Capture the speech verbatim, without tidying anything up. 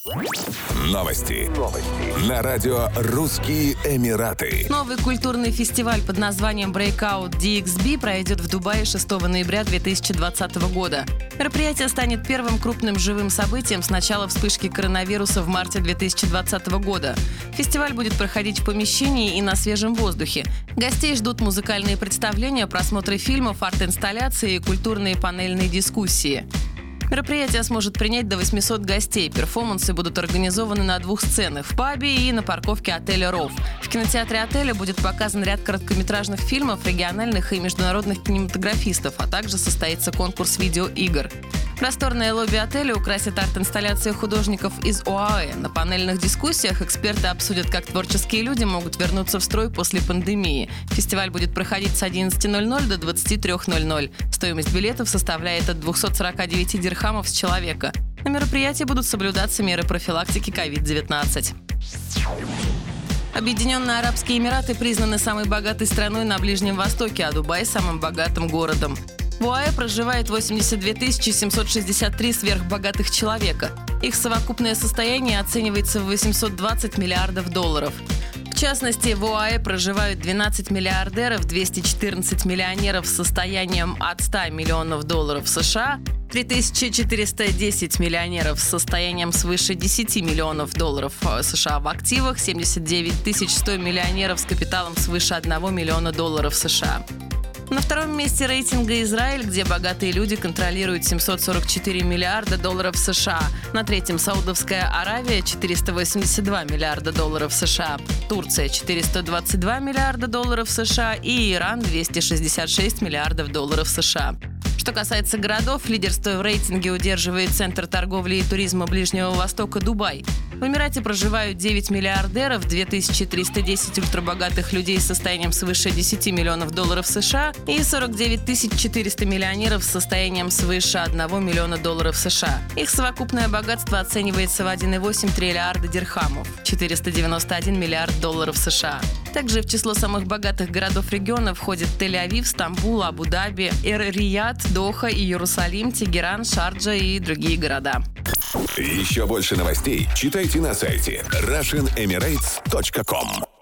Новости. Новости. На радио «Русские Эмираты». Новый культурный фестиваль под названием Breakout ди экс би пройдет в Дубае шестого ноября две тысячи двадцатого года. Мероприятие станет первым крупным живым событием с начала вспышки коронавируса в марте две тысячи двадцатого года. Фестиваль будет проходить в помещении и на свежем воздухе. Гостей ждут музыкальные представления, просмотры фильмов, арт-инсталляции и культурные панельные дискуссии. Мероприятие сможет принять до восьмисот гостей. Перформансы будут организованы на двух сценах – в пабе и на парковке отеля «Ров». В кинотеатре отеля будет показан ряд короткометражных фильмов региональных и международных кинематографистов, а также состоится конкурс видеоигр. Просторное лобби отеля украсит арт-инсталляция художников из ОАЭ. На панельных дискуссиях эксперты обсудят, как творческие люди могут вернуться в строй после пандемии. Фестиваль будет проходить с одиннадцати ноль-ноль до двадцати трёх ноль-ноль. Стоимость билетов составляет от двухсот сорока девяти дирхамов с человека. На мероприятии будут соблюдаться меры профилактики ковид девятнадцать. Объединенные Арабские Эмираты признаны самой богатой страной на Ближнем Востоке, а Дубай – самым богатым городом. В ОАЭ проживает восемьдесят две тысячи семьсот шестьдесят три сверхбогатых человека. Их совокупное состояние оценивается в восемьсот двадцать миллиардов долларов. В частности, в ОАЭ проживают двенадцать миллиардеров, двести четырнадцать миллионеров с состоянием от ста миллионов долларов США, три тысячи четыреста десять миллионеров с состоянием свыше десяти миллионов долларов США в активах, семьдесят девять тысяч сто миллионеров с капиталом свыше одного миллиона долларов США. На втором месте рейтинга Израиль, где богатые люди контролируют семьсот сорок четыре миллиарда долларов США. На третьем Саудовская Аравия – четыреста восемьдесят два миллиарда долларов США. Турция – четыреста двадцать два миллиарда долларов США и Иран – двести шестьдесят шесть миллиардов долларов США. Что касается городов, лидерство в рейтинге удерживает Центр торговли и туризма Ближнего Востока Дубай. В Эмирате проживают девять миллиардеров, две тысячи триста десять ультрабогатых людей с состоянием свыше десяти миллионов долларов США и сорок девять тысяч четыреста миллионеров с состоянием свыше одного миллиона долларов США. Их совокупное богатство оценивается в один целых восемь десятых триллиарда дирхамов, четыреста девяносто один миллиард долларов США. Также в число самых богатых городов региона входят Тель-Авив, Стамбул, Абу-Даби, Эр-Рияд, Доха, Иерусалим, Тегеран, Шарджа и другие города. Еще больше новостей читайте на сайте Russian Emirates точка ком.